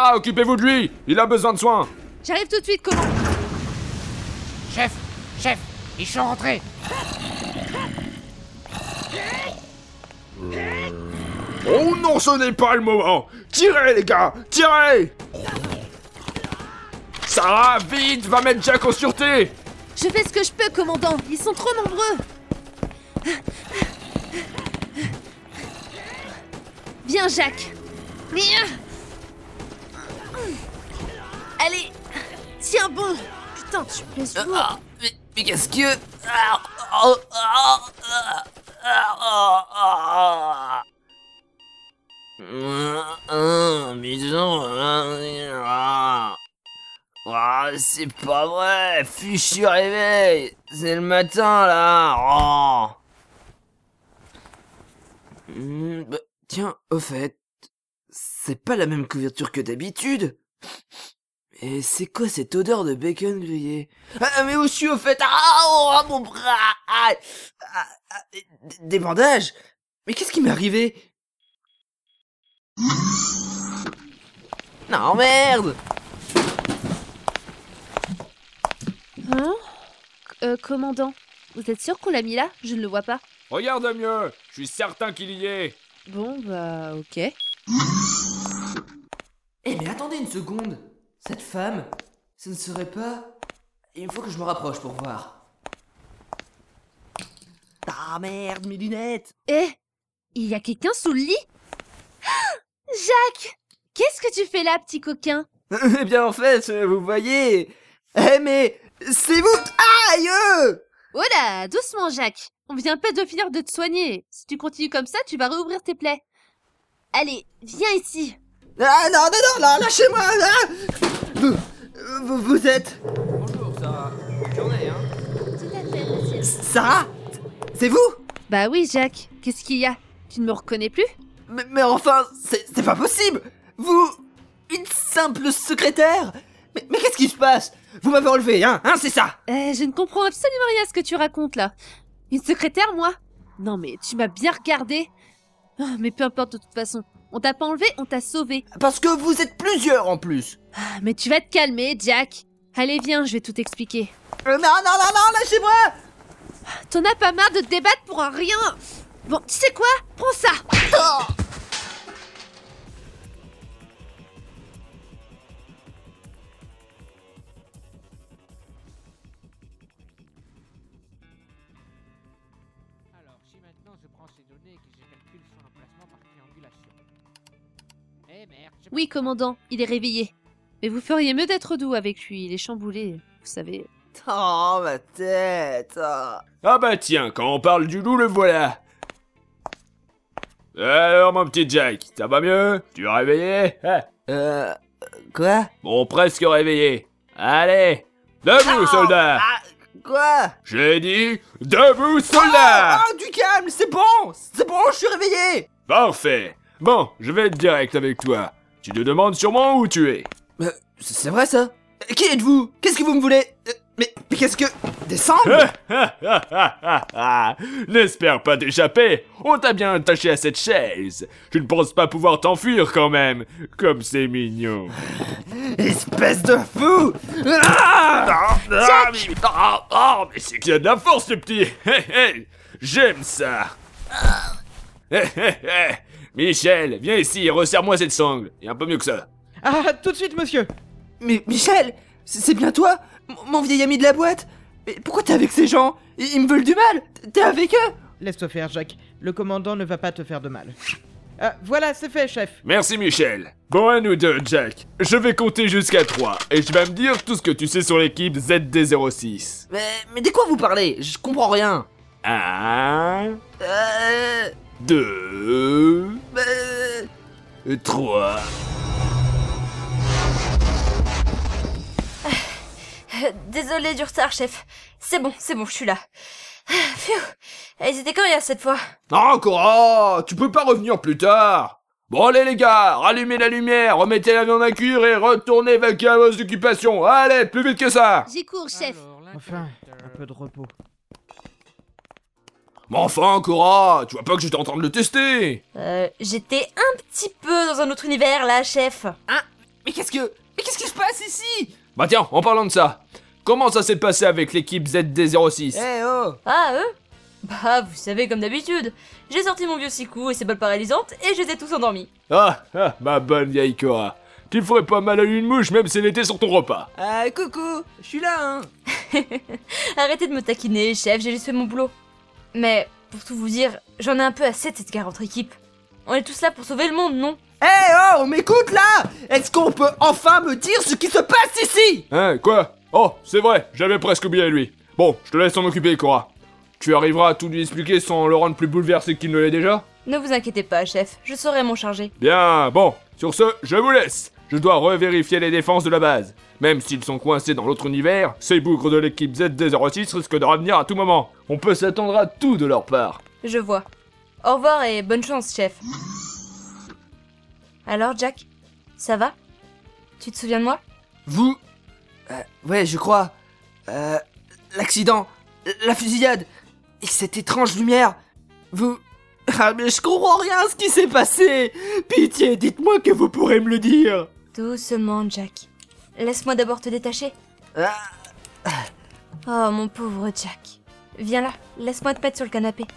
Sarah, occupez-vous de lui. Il a besoin de soins. J'arrive tout de suite, comment? Chef, ils sont rentrés. Oh non, ce n'est pas le moment. Tirez, les gars, tirez. Sarah, vite, va mettre Jack en sûreté. Je fais ce que je peux, commandant. Ils sont trop nombreux. Viens, Jack. Viens. Allez. Tiens bon. Putain, tu pèses lourd. Mais qu'est-ce que... c'est pas vrai, fichu réveil, c'est le matin là. Tiens, au fait, c'est pas la même couverture que d'habitude. Et c'est quoi cette odeur de bacon grillé? Mais où je suis au fait? Mon bras! Des bandages? Mais qu'est-ce qui m'est arrivé? Non, merde! Hein? Commandant, vous êtes sûr qu'on l'a mis là? Je ne le vois pas. Regarde mieux, je suis certain qu'il y est. Bon, bah, ok. Eh mais attendez une seconde! Cette femme, ce ne serait pas... Il faut que je me rapproche pour voir. Ah merde, mes lunettes! Eh, il y a quelqu'un sous le lit? Jacques! Qu'est-ce que tu fais là, petit coquin? Eh bien en fait, vous voyez... Eh mais... C'est vous... Aïe! Oh là, doucement, Jacques. On vient pas de finir de te soigner. Si tu continues comme ça, tu vas réouvrir tes plaies. Allez, viens ici. Ah non, lâchez-moi là. Vous êtes... Bonjour Sarah, journée hein. Tout à fait, monsieur. Sarah? C'est vous? Bah oui, Jacques. Qu'est-ce qu'il y a? Tu ne me reconnais plus? Mais enfin, c'est pas possible. Vous... Une simple secrétaire? Mais qu'est-ce qui se passe? Vous m'avez enlevé, hein, c'est ça? Je ne comprends absolument rien à ce que tu racontes là. Une secrétaire, moi? Non mais tu m'as bien regardé. Ah, mais peu importe de toute façon. On t'a pas enlevé, on t'a sauvé. Parce que vous êtes plusieurs en plus. Ah, mais tu vas te calmer, Jack. Allez, viens, je vais tout expliquer. Non, lâchez-moi. T'en as pas marre de te débattre pour un rien? Bon, tu sais quoi? Prends ça. Oh. Alors, si maintenant je prends ces données et que je calcule son emplacement par triangulation. Eh merde, Oui, commandant, il est réveillé. Mais vous feriez mieux d'être doux avec lui, il est chamboulé, vous savez. Oh, ma tête. Ah bah tiens, quand on parle du loup, le voilà. Alors mon petit Jack, ça va mieux? Tu es réveillé? Quoi? Bon, presque réveillé. Allez, debout, soldat. Quoi? J'ai dit, debout, soldat. Du calme, c'est bon, je suis réveillé. Parfait. Bon, je vais être direct avec toi. Tu te demandes sûrement où tu es. C'est vrai ça? Qui êtes-vous? Qu'est-ce que vous me voulez? Mais qu'est-ce que... Descendre? N'espère pas t'échapper. On t'a bien attaché à cette chaise. Tu ne penses pas pouvoir t'enfuir quand même. Comme c'est mignon. Espèce de fou! Mais c'est qu'il y a de la force, ce petit. J'aime ça. Michel, viens ici et resserre-moi cette sangle. Et un peu mieux que ça. Ah, tout de suite, monsieur. Mais Michel, c'est bien toi? Mon vieil ami de la boîte? Mais pourquoi t'es avec ces gens? Ils me veulent du mal? T'es avec eux? Laisse-toi faire, Jacques. Le commandant ne va pas te faire de mal. Voilà, c'est fait, chef. Merci, Michel. Bon, à nous deux, Jack. Je vais compter jusqu'à 3 et tu vas me dire tout ce que tu sais sur l'équipe ZD06. Mais de quoi vous parlez? Je comprends rien. 1, 2, 3. Désolé du retard, chef. C'est bon, je suis là. Pfiou. Ils étaient coriaces cette fois. Non, Cora, tu peux pas revenir plus tard. Bon, allez les gars, rallumez la lumière, remettez la viande à cuire et retournez vaquer à vos occupations. Allez, plus vite que ça. J'y cours, chef. Enfin, un peu de repos. Mais enfin, Cora, tu vois pas que j'étais en train de le tester. J'étais un petit peu dans un autre univers là, chef. Mais qu'est-ce qui se passe ici? Bah tiens, en parlant de ça, comment ça s'est passé avec l'équipe ZD06? Eh oh! Ah, eux? Bah, vous savez, comme d'habitude. J'ai sorti mon vieux sicou et ses balles paralysantes et je les ai tous endormis. Ah, ma bonne vieille Cora. Tu ferais pas mal à une mouche même si elle était sur ton repas. Ah, coucou, je suis là, hein. Arrêtez de me taquiner, chef, j'ai juste fait mon boulot. Mais, pour tout vous dire, j'en ai un peu assez de cette guerre entre équipes. On est tous là pour sauver le monde, non? Eh oh, on m'écoute là? Est-ce qu'on peut enfin me dire ce qui se passe ici? Hein, quoi? Oh, c'est vrai, j'avais presque oublié lui. Bon, je te laisse t'en occuper, Cora. Tu arriveras à tout lui expliquer sans le rendre plus bouleversé qu'il ne l'est déjà? Ne vous inquiétez pas, chef, je saurai m'en charger. Bien, bon, sur ce, je vous laisse. Je dois revérifier les défenses de la base. Même s'ils sont coincés dans l'autre univers, ces bougres de l'équipe ZD06 risquent de revenir à tout moment. On peut s'attendre à tout de leur part. Je vois. Au revoir et bonne chance, chef. Alors, Jack, ça va? Tu te souviens de moi? Vous... ouais, je crois... l'accident... la fusillade... et cette étrange lumière... Vous... Ah, mais je comprends rien à ce qui s'est passé! Pitié, dites-moi que vous pourrez me le dire! Doucement, Jack. Laisse-moi d'abord te détacher. Ah, Oh, mon pauvre Jack. Viens là, laisse-moi te mettre sur le canapé.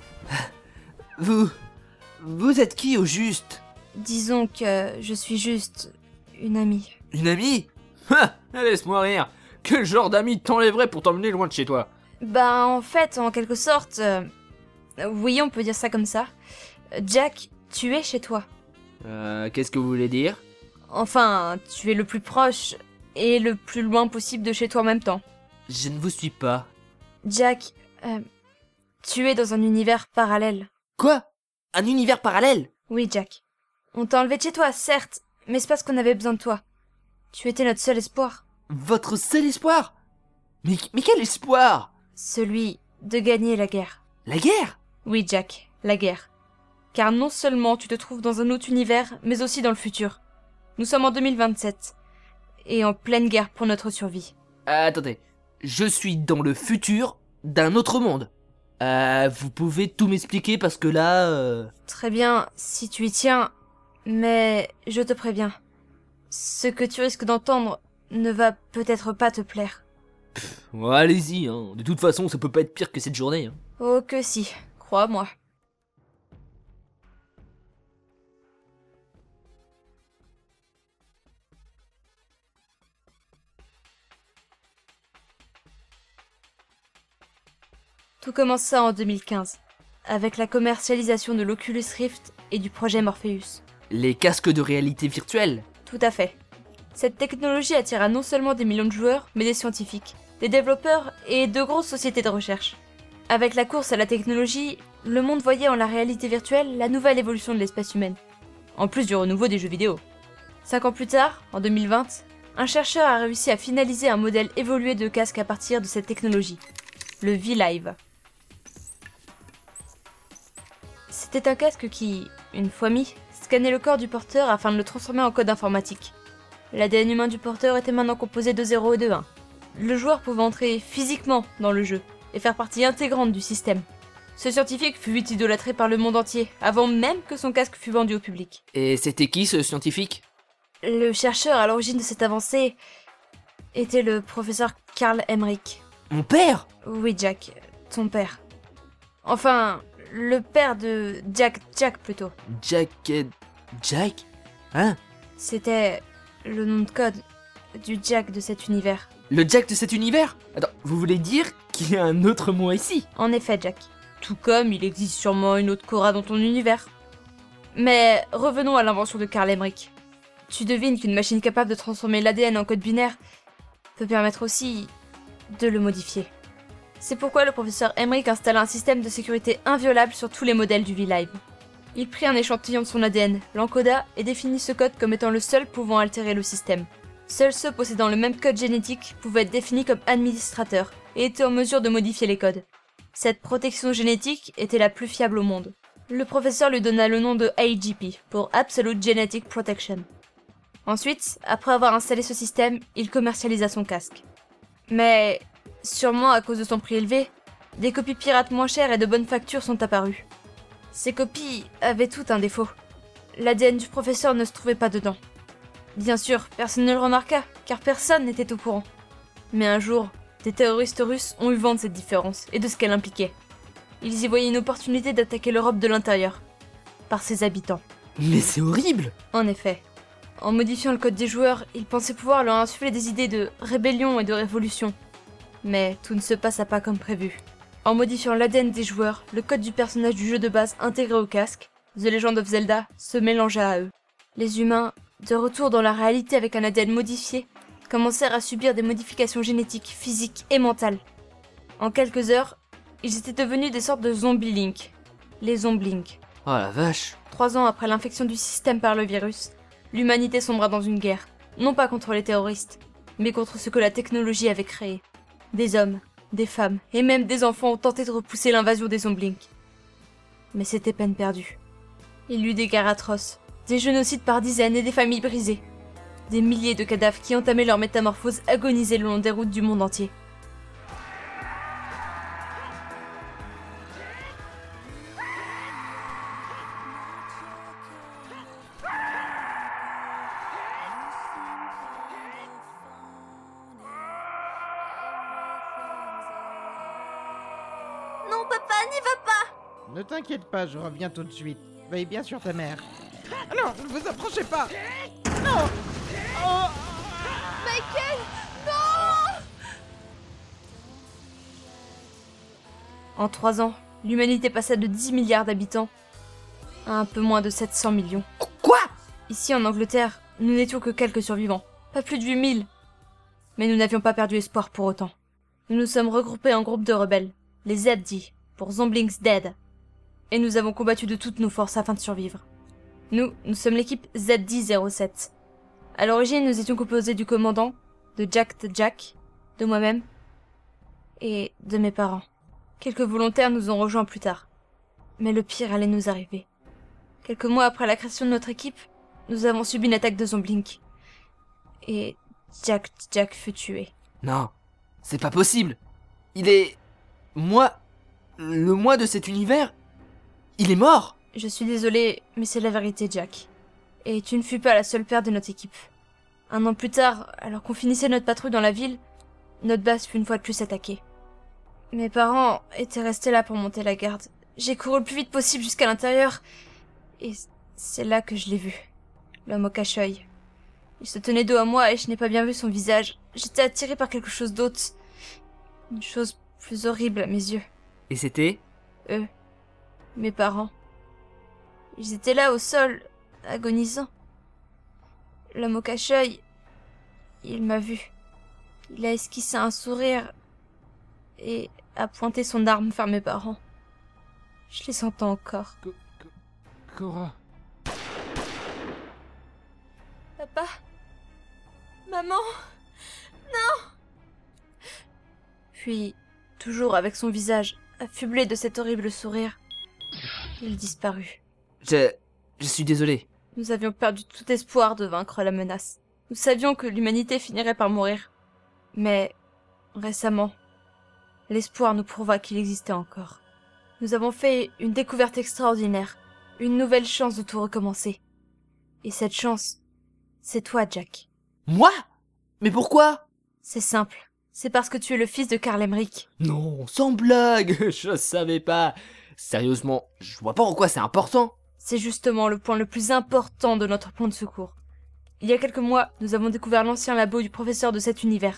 vous êtes qui au juste? Disons que je suis juste une amie. Une amie? Ha, laisse-moi rire. Quel genre d'ami t'enlèverait pour t'emmener loin de chez toi? Bah, en fait, en quelque sorte... oui, on peut dire ça comme ça. Jack, tu es chez toi. Qu'est-ce que vous voulez dire? Enfin, tu es le plus proche et le plus loin possible de chez toi en même temps. Je ne vous suis pas. Jack, tu es dans un univers parallèle. Quoi? Un univers parallèle? Oui, Jack. On t'a enlevé de chez toi, certes, mais c'est parce qu'on avait besoin de toi. Tu étais notre seul espoir. Votre seul espoir? Mais quel espoir? Celui de gagner la guerre. La guerre? Oui, Jack, la guerre. Car non seulement tu te trouves dans un autre univers, mais aussi dans le futur. Nous sommes en 2027, et en pleine guerre pour notre survie. Attendez, je suis dans le futur d'un autre monde. Vous pouvez tout m'expliquer parce que là... Très bien, si tu y tiens, mais je te préviens. Ce que tu risques d'entendre ne va peut-être pas te plaire. Ouais, allez-y, hein. De toute façon, ça peut pas être pire que cette journée. Hein. Oh que si, crois-moi. Tout commence ça en 2015, avec la commercialisation de l'Oculus Rift et du projet Morpheus. Les casques de réalité virtuelle? Tout à fait. Cette technologie attira non seulement des millions de joueurs, mais des scientifiques, des développeurs et de grosses sociétés de recherche. Avec la course à la technologie, le monde voyait en la réalité virtuelle la nouvelle évolution de l'espèce humaine, en plus du renouveau des jeux vidéo. 5 ans plus tard, en 2020, un chercheur a réussi à finaliser un modèle évolué de casque à partir de cette technologie, le V-Live. C'était un casque qui, une fois mis, scannait le corps du porteur afin de le transformer en code informatique. L'ADN humain du porteur était maintenant composé de 0 et de 1. Le joueur pouvait entrer physiquement dans le jeu et faire partie intégrante du système. Ce scientifique fut vite idolâtré par le monde entier, avant même que son casque fût vendu au public. Et c'était qui ce scientifique? Le chercheur à l'origine de cette avancée était le professeur Carl Emmerich. Mon père? Oui, Jack, ton père. Enfin, le père de Jack plutôt. Jack... Jack? Hein? C'était le nom de code du Jack de cet univers. Le Jack de cet univers? Attends, vous voulez dire qu'il y a un autre moi ici? En effet, Jack. Tout comme il existe sûrement une autre Cora dans ton univers. Mais revenons à l'invention de Carl Emmerich. Tu devines qu'une machine capable de transformer l'ADN en code binaire peut permettre aussi de le modifier. C'est pourquoi le professeur Emmerich installa un système de sécurité inviolable sur tous les modèles du V-Live. Il prit un échantillon de son ADN, l'encoda et définit ce code comme étant le seul pouvant altérer le système. Seuls ceux possédant le même code génétique pouvaient être définis comme administrateurs et étaient en mesure de modifier les codes. Cette protection génétique était la plus fiable au monde. Le professeur lui donna le nom de AGP, pour Absolute Genetic Protection. Ensuite, après avoir installé ce système, il commercialisa son casque. Mais, sûrement à cause de son prix élevé, des copies pirates moins chères et de bonne facture sont apparues. Ces copies avaient tout un défaut. L'ADN du professeur ne se trouvait pas dedans. Bien sûr, personne ne le remarqua, car personne n'était au courant. Mais un jour, des terroristes russes ont eu vent de cette différence et de ce qu'elle impliquait. Ils y voyaient une opportunité d'attaquer l'Europe de l'intérieur, par ses habitants. Mais c'est horrible! En effet, en modifiant le code des joueurs, ils pensaient pouvoir leur insuffler des idées de rébellion et de révolution. Mais tout ne se passa pas comme prévu. En modifiant l'ADN des joueurs, le code du personnage du jeu de base intégré au casque, The Legend of Zelda, se mélangea à eux. Les humains, de retour dans la réalité avec un ADN modifié, commencèrent à subir des modifications génétiques, physiques et mentales. En quelques heures, ils étaient devenus des sortes de zombies Link. Les Zomblings. Oh la vache! 3 ans après l'infection du système par le virus, l'humanité sombra dans une guerre, non pas contre les terroristes, mais contre ce que la technologie avait créé. Des hommes, des femmes et même des enfants ont tenté de repousser l'invasion des Zomblings. Mais c'était peine perdue. Il y eut des guerres atroces, des génocides par dizaines et des familles brisées. Des milliers de cadavres qui entamaient leur métamorphose agonisaient le long des routes du monde entier. Non, papa, n'y va pas! Ne t'inquiète pas, je reviens tout de suite. Veille bien sur ta mère. Ah non, ne vous approchez pas. Non. Oh. Michael! Non! En 3 ans, l'humanité passa de 10 milliards d'habitants à un peu moins de 700 millions. Quoi? Ici en Angleterre, nous n'étions que quelques survivants, pas plus de 8000. Mais nous n'avions pas perdu espoir pour autant. Nous nous sommes regroupés en groupe de rebelles, les ZD, pour Zomblings Dead. Et nous avons combattu de toutes nos forces afin de survivre. Nous sommes l'équipe ZD-07. À l'origine, nous étions composés du commandant, de Jack the Jack, de moi-même, et de mes parents. Quelques volontaires nous ont rejoints plus tard. Mais le pire allait nous arriver. Quelques mois après la création de notre équipe, nous avons subi une attaque de Zomblink. Et Jack the Jack fut tué. Non, c'est pas possible. Il est... Le moi de cet univers, il est mort. Je suis désolée, mais c'est la vérité, Jack. Et tu ne fus pas la seule perte de notre équipe. 1 an plus tard, alors qu'on finissait notre patrouille dans la ville, notre base fut une fois de plus attaquée. Mes parents étaient restés là pour monter la garde. J'ai couru le plus vite possible jusqu'à l'intérieur, et c'est là que je l'ai vu. L'homme au cache-œil. Il se tenait dos à moi et je n'ai pas bien vu son visage. J'étais attirée par quelque chose d'autre. Une chose plus horrible à mes yeux. Et c'était? Eux. Mes parents. Ils étaient là au sol, agonisants. L'homme au cache-œil, il m'a vu. Il a esquissé un sourire et a pointé son arme vers mes parents. Je les entends encore. Cora. Papa? Maman? Puis, toujours avec son visage affublé de cet horrible sourire, il disparut. Je suis désolé. Nous avions perdu tout espoir de vaincre la menace. Nous savions que l'humanité finirait par mourir. Mais, récemment, l'espoir nous prouva qu'il existait encore. Nous avons fait une découverte extraordinaire, une nouvelle chance de tout recommencer. Et cette chance, c'est toi, Jack. Moi? Mais pourquoi? C'est simple. C'est parce que tu es le fils de Karl Emmerich. Non, sans blague, je savais pas. Sérieusement, je vois pas en quoi c'est important. C'est justement le point le plus important de notre plan de secours. Il y a quelques mois, nous avons découvert l'ancien labo du professeur de cet univers.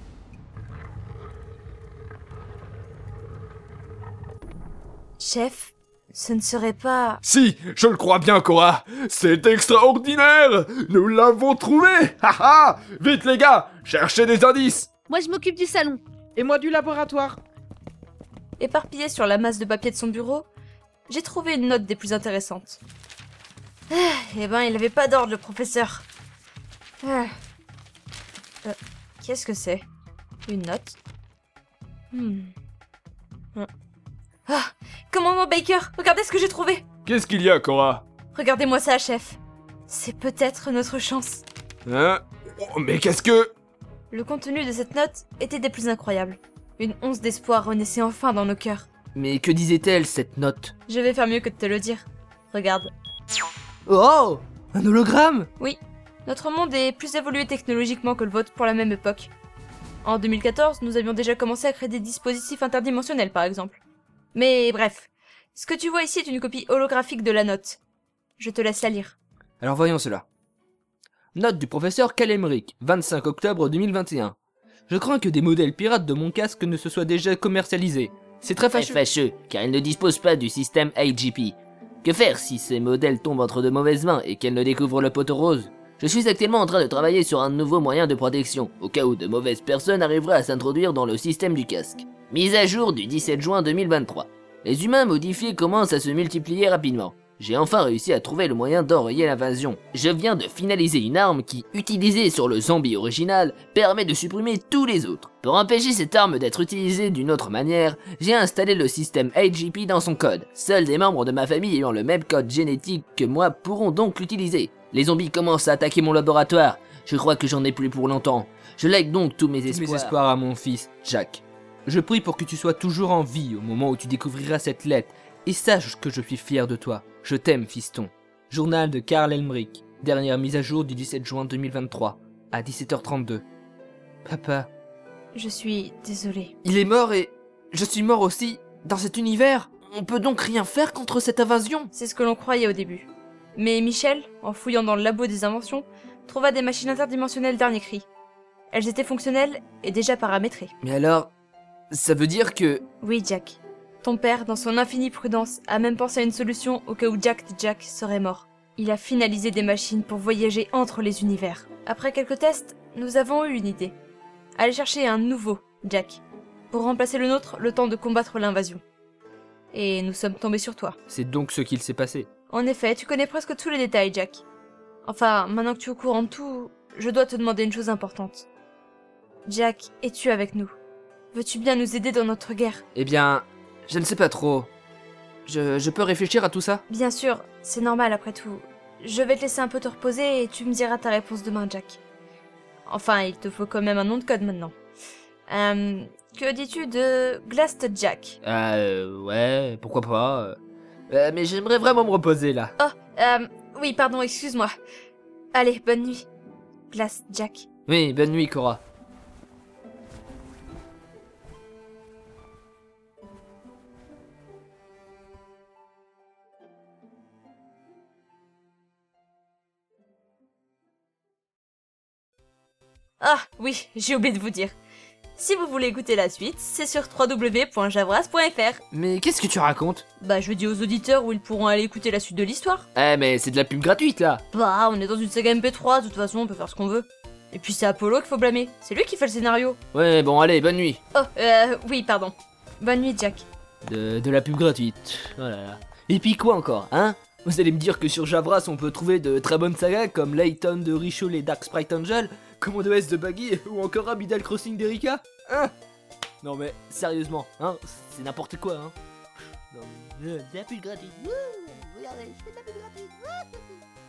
Chef, ce ne serait pas... Si, je le crois bien, Cora. C'est extraordinaire. Nous l'avons trouvé. Haha. Vite, les gars, cherchez des indices. Moi, je m'occupe du salon. Et moi du laboratoire. Éparpillé sur la masse de papier de son bureau, j'ai trouvé une note des plus intéressantes. Eh ben, il avait pas d'ordre, le professeur. Qu'est-ce que c'est? Une note? Ah, commandant Baker, regardez ce que j'ai trouvé. Qu'est-ce qu'il y a, Cora? Regardez-moi ça, chef. C'est peut-être notre chance. Hein? Oh, mais qu'est-ce que... Le contenu de cette note était des plus incroyables. Une once d'espoir renaissait enfin dans nos cœurs. Mais que disait-elle, cette note? Je vais faire mieux que de te le dire. Regarde. Oh! Un hologramme? Oui, Notre monde est plus évolué technologiquement que le vôtre pour la même époque. En 2014, nous avions déjà commencé à créer des dispositifs interdimensionnels, par exemple. Mais bref, ce que tu vois ici est une copie holographique de la note. Je te laisse la lire. Alors voyons cela. Note du professeur Kalemric, 25 octobre 2021. Je crains que des modèles pirates de mon casque ne se soient déjà commercialisés. C'est très fâcheux, car ils ne disposent pas du système AGP. Que faire si ces modèles tombent entre de mauvaises mains et qu'elles ne découvrent le poteau rose? Je suis actuellement en train de travailler sur un nouveau moyen de protection, au cas où de mauvaises personnes arriveraient à s'introduire dans le système du casque. Mise à jour du 17 juin 2023. Les humains modifiés commencent à se multiplier rapidement. J'ai enfin réussi à trouver le moyen d'enrayer l'invasion. Je viens de finaliser une arme qui, utilisée sur le zombie original, permet de supprimer tous les autres. Pour empêcher cette arme d'être utilisée d'une autre manière, j'ai installé le système AGP dans son code. Seuls des membres de ma famille ayant le même code génétique que moi pourront donc l'utiliser. Les zombies commencent à attaquer mon laboratoire. Je crois que j'en ai plus pour longtemps. Je lègue donc tous mes espoirs à mon fils, Jack. Je prie pour que tu sois toujours en vie au moment où tu découvriras cette lettre, et sache que je suis fier de toi. Je t'aime, fiston. Journal de Karl Elmrick. Dernière mise à jour du 17 juin 2023, à 17h32. Papa. Je suis désolée. Il est mort et je suis mort aussi dans cet univers. On peut donc rien faire contre cette invasion. C'est ce que l'on croyait au début. Mais Michel, en fouillant dans le labo des inventions, trouva des machines interdimensionnelles dernier cri. Elles étaient fonctionnelles et déjà paramétrées. Mais alors, ça veut dire que... Oui, Jack. Ton père, dans son infinie prudence, a même pensé à une solution au cas où Jack serait mort. Il a finalisé des machines pour voyager entre les univers. Après quelques tests, nous avons eu une idée. Aller chercher un nouveau Jack, pour remplacer le nôtre le temps de combattre l'invasion. Et nous sommes tombés sur toi. C'est donc ce qu'il s'est passé. En effet, tu connais presque tous les détails, Jack. Enfin, maintenant que tu es au courant de tout, je dois te demander une chose importante. Jack, es-tu avec nous? Veux-tu bien nous aider dans notre guerre? Eh bien, je ne sais pas trop. Je peux réfléchir à tout ça? Bien sûr, c'est normal après tout. Je vais te laisser un peu te reposer et tu me diras ta réponse demain, Jack. Enfin, il te faut quand même un nom de code maintenant. Que dis-tu de Glast Jack? Ouais, pourquoi pas. Mais j'aimerais vraiment me reposer là. Oh, oui, pardon, excuse-moi. Allez, bonne nuit. Glast Jack. Oui, bonne nuit, Cora. Ah, oui, j'ai oublié de vous dire. Si vous voulez écouter la suite, c'est sur www.javras.fr. Mais qu'est-ce que tu racontes? Bah, je dis aux auditeurs où ils pourront aller écouter la suite de l'histoire. Eh, mais c'est de la pub gratuite là. Bah, on est dans une saga MP3, de toute façon, on peut faire ce qu'on veut. Et puis c'est Apollo qu'il faut blâmer, c'est lui qui fait le scénario. Ouais, bon, allez, bonne nuit. Oh, oui, pardon. Bonne nuit, Jack. De la pub gratuite. Oh là là. Et puis quoi encore, hein? Vous allez me dire que sur Javras on peut trouver de très bonnes sagas comme Layton de Richel et Dark Sprite Angel, Commando S de Baggy ou encore Abidal Crossing d'Erika? Hein? Non mais sérieusement, hein? C'est n'importe quoi, hein? Non mais... de la pub gratuite. Wouh, regardez, c'est de la pub gratuite.